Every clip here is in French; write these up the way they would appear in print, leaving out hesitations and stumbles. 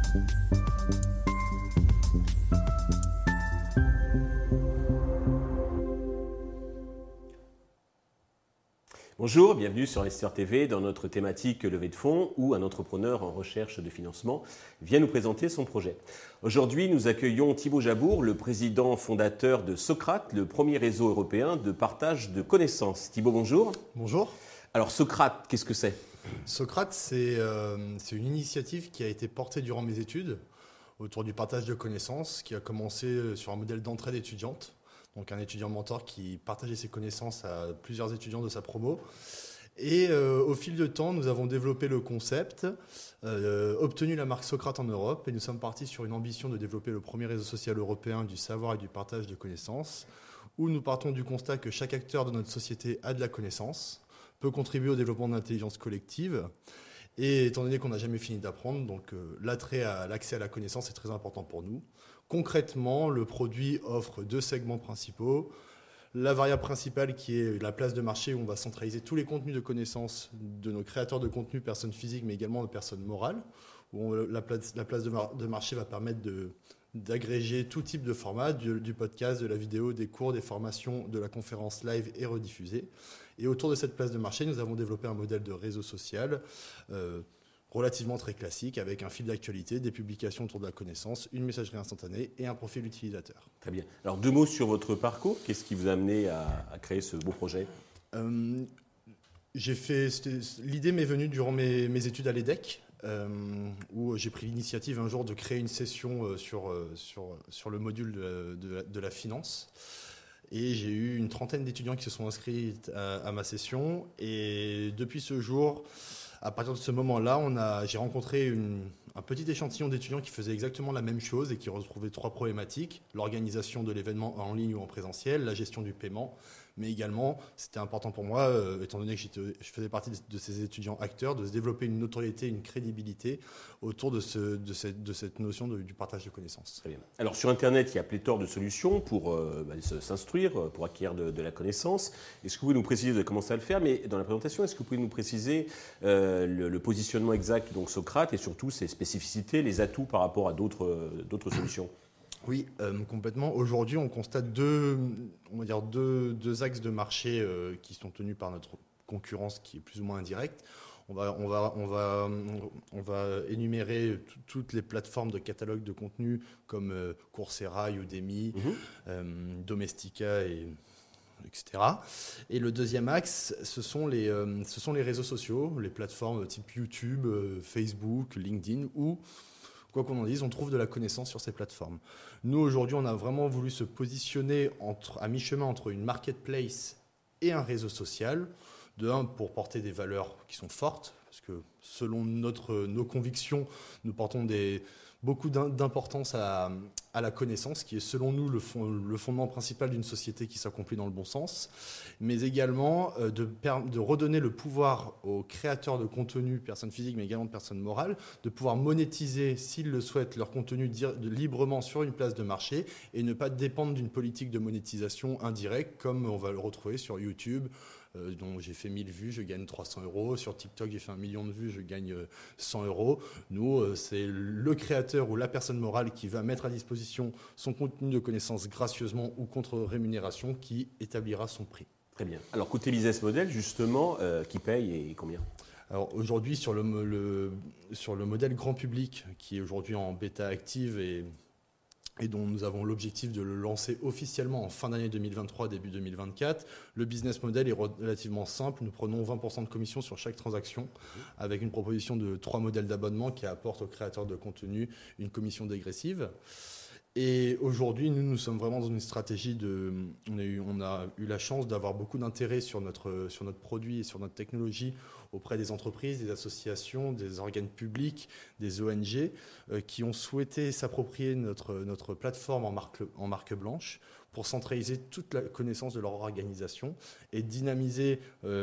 Bonjour, bienvenue sur Investir TV dans notre thématique levée de fonds où un entrepreneur en recherche de financement vient nous présenter son projet. Aujourd'hui, nous accueillons Thibaut Jabour, le président fondateur de Socrate, le premier réseau européen de partage de connaissances. Thibaut, bonjour. Bonjour. Alors Socrate, qu'est-ce que c'est ? Socrate, c'est une initiative qui a été portée durant mes études autour du partage de connaissances, qui a commencé sur un modèle d'entraide étudiante. Donc un étudiant mentor qui partageait ses connaissances à plusieurs étudiants de sa promo. Et au fil de temps, nous avons développé le concept, obtenu la marque Socrate en Europe et nous sommes partis sur une ambition de développer le premier réseau social européen du savoir et du partage de connaissances, où nous partons du constat que chaque acteur de notre société a de la connaissance, peut contribuer au développement de l'intelligence collective. Et étant donné qu'on n'a jamais fini d'apprendre, donc l'attrait à l'accès à la connaissance est très important pour nous. Concrètement, le produit offre 2 segments principaux. La variable principale qui est la place de marché où on va centraliser tous les contenus de connaissances de nos créateurs de contenu, personnes physiques mais également de personnes morales, où la place de marché va permettre d'agréger tout type de format, du podcast, de la vidéo, des cours, des formations, de la conférence live et rediffusée. Et autour de cette place de marché, nous avons développé un modèle de réseau social relativement très classique, avec un fil d'actualité, des publications autour de la connaissance, une messagerie instantanée et un profil utilisateur. Très bien. Alors 2 mots sur votre parcours. Qu'est-ce qui vous a amené à créer ce beau projet ? L'idée m'est venue durant mes études à l'EDEC, où j'ai pris l'initiative un jour de créer une session sur le module de la finance. Et j'ai eu une trentaine d'étudiants qui se sont inscrits à ma session. Et depuis ce jour, à partir de ce moment-là, j'ai rencontré un petit échantillon d'étudiants qui faisaient exactement la même chose et qui retrouvaient 3 problématiques. L'organisation de l'événement en ligne ou en présentiel, la gestion du paiement, mais également, c'était important pour moi, étant donné que je faisais partie de ces étudiants acteurs, de se développer une notoriété, une crédibilité autour de cette notion du partage de connaissances. Très bien. Alors sur Internet, il y a pléthore de solutions pour s'instruire, pour acquérir de la connaissance. Est-ce que vous pouvez nous préciser de comment ça le faire ? Mais dans la présentation, est-ce que vous pouvez nous préciser le positionnement exact donc Socrate et surtout ses spécificités, les atouts par rapport à d'autres solutions ? Oui, complètement. Aujourd'hui, on constate deux axes de marché qui sont tenus par notre concurrence qui est plus ou moins indirecte. On va énumérer toutes les plateformes de catalogue de contenu comme Coursera, Udemy, Domestika etc. Et le deuxième axe, ce sont les réseaux sociaux, les plateformes type YouTube, Facebook, LinkedIn, où quoi qu'on en dise, on trouve de la connaissance sur ces plateformes. Nous, aujourd'hui, on a vraiment voulu se positionner à mi-chemin entre une marketplace et un réseau social. De un, pour porter des valeurs qui sont fortes, parce que selon nos convictions, nous portons beaucoup d'importance à la connaissance, qui est selon nous le fondement principal d'une société qui s'accomplit dans le bon sens, mais également de redonner le pouvoir aux créateurs de contenu, personnes physiques mais également de personnes morales, de pouvoir monétiser, s'ils le souhaitent, leur contenu librement sur une place de marché et ne pas dépendre d'une politique de monétisation indirecte comme on va le retrouver sur YouTube, dont j'ai fait 1000 vues, je gagne 300 €. Sur TikTok, j'ai fait 1 million de vues, je gagne 100 €. Nous, c'est le créateur ou la personne morale qui va mettre à disposition son contenu de connaissances gracieusement ou contre rémunération qui établira son prix. Très bien. Alors, côté business model, justement, qui paye et combien ? Alors aujourd'hui, sur le modèle grand public, qui est aujourd'hui en bêta active et dont nous avons l'objectif de le lancer officiellement en fin d'année 2023, début 2024. Le business model est relativement simple. Nous prenons 20% de commission sur chaque transaction avec une proposition de 3 modèles d'abonnement qui apportent aux créateurs de contenu une commission dégressive. Et aujourd'hui, nous sommes vraiment dans une stratégie on a eu la chance d'avoir beaucoup d'intérêt sur notre produit et sur notre technologie auprès des entreprises, des associations, des organes publics, des ONG qui ont souhaité s'approprier notre plateforme en marque blanche pour centraliser toute la connaissance de leur organisation et dynamiser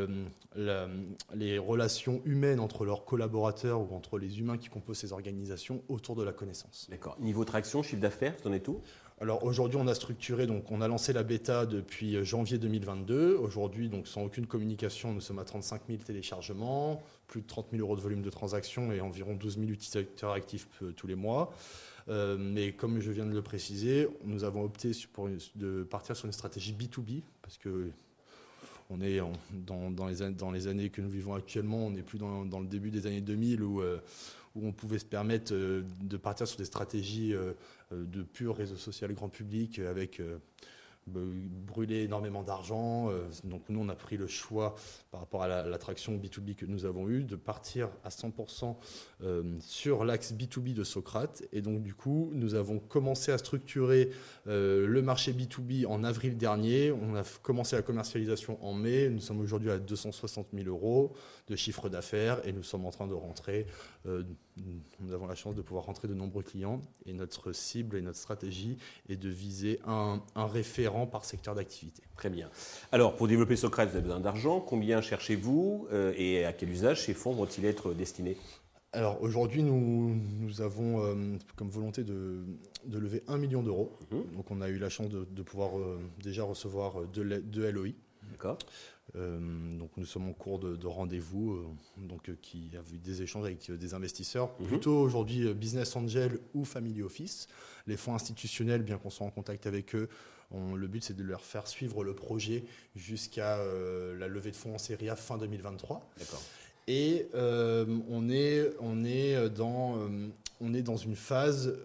les relations humaines entre leurs collaborateurs ou entre les humains qui composent ces organisations autour de la connaissance. D'accord. Niveau traction, chiffre d'affaires, vous en êtes où ? Alors aujourd'hui, on a structuré, donc on a lancé la bêta depuis janvier 2022. Aujourd'hui, donc sans aucune communication, nous sommes à 35 000 téléchargements, plus de 30 000 euros de volume de transactions et environ 12 000 utilisateurs actifs tous les mois. Mais comme je viens de le préciser, nous avons opté de partir sur une stratégie B2B parce que on est dans les années que nous vivons actuellement, on n'est plus dans le début des années 2000 où on pouvait se permettre de partir sur des stratégies de pur réseau social grand public avec brûler énormément d'argent. Donc nous, on a pris le choix, par rapport à l'attraction B2B que nous avons eue, de partir à 100% sur l'axe B2B de Socrate. Et donc du coup, nous avons commencé à structurer le marché B2B en avril dernier. On a commencé la commercialisation en mai. Nous sommes aujourd'hui à 260 000 euros de chiffre d'affaires et nous sommes en train de rentrer. Nous avons la chance de pouvoir rentrer de nombreux clients et notre cible et notre stratégie est de viser un référent par secteur d'activité. Très bien. Alors, pour développer Socrate, vous avez besoin d'argent. Combien cherchez-vous et à quel usage ces fonds vont-ils être destinés ? Alors aujourd'hui, nous avons comme volonté de lever 1 million d'euros. Donc on a eu la chance de pouvoir déjà recevoir deux LOI. D'accord. Donc nous sommes en cours de rendez-vous, qui a eu des échanges avec des investisseurs, plutôt aujourd'hui business angel ou family office. Les fonds institutionnels, bien qu'on soit en contact avec eux, le but c'est de leur faire suivre le projet jusqu'à la levée de fonds en série A fin 2023. D'accord. Et on est dans une phase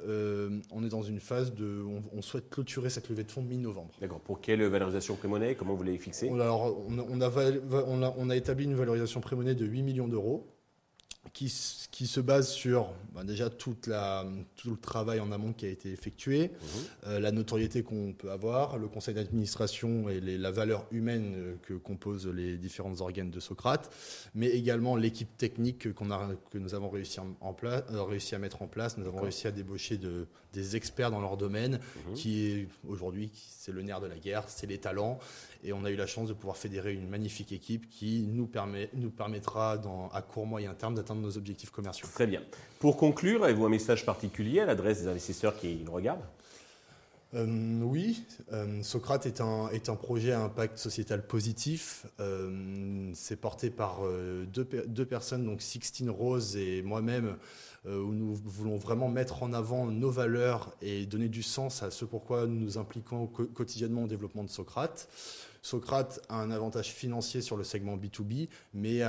on souhaite clôturer cette levée de fonds mi-novembre. D'accord. Pour quelle valorisation pré-monnaie ? Comment vous l'avez fixée ? Alors, on a établi une valorisation pré-monnaie de 8 millions d'euros qui se base sur déjà tout le travail en amont qui a été effectué, la notoriété qu'on peut avoir, le conseil d'administration et la valeur humaine que composent les différents organes de Socrate, mais également l'équipe technique que nous avons réussi à mettre en place. Nous avons réussi à débaucher des experts dans leur domaine, qui est aujourd'hui, c'est le nerf de la guerre, c'est les talents. Et on a eu la chance de pouvoir fédérer une magnifique équipe qui nous permettra à court moyen terme d'atteindre nos objectifs commerciaux. Très bien. Pour conclure, avez-vous un message particulier à l'adresse des investisseurs qui nous regardent ? Oui, Socrate est un projet à impact sociétal positif. C'est porté par deux personnes, donc Sixtine Rose et moi-même, où nous voulons vraiment mettre en avant nos valeurs et donner du sens à ce pourquoi nous nous impliquons quotidiennement au développement de Socrate. Socrate a un avantage financier sur le segment B2B, mais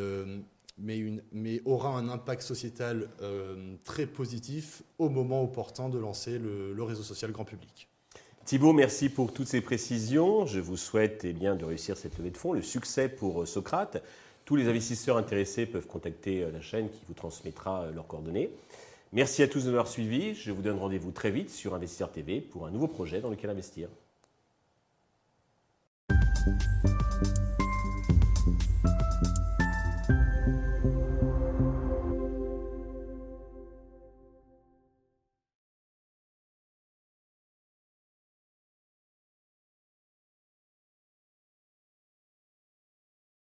aura un impact sociétal très positif au moment opportun de lancer le réseau social grand public. Thibaut, merci pour toutes ces précisions. Je vous souhaite de réussir cette levée de fonds, le succès pour Socrate. Tous les investisseurs intéressés peuvent contacter la chaîne qui vous transmettra leurs coordonnées. Merci à tous de m'avoir suivis. Je vous donne rendez-vous très vite sur Investisseur TV pour un nouveau projet dans lequel investir.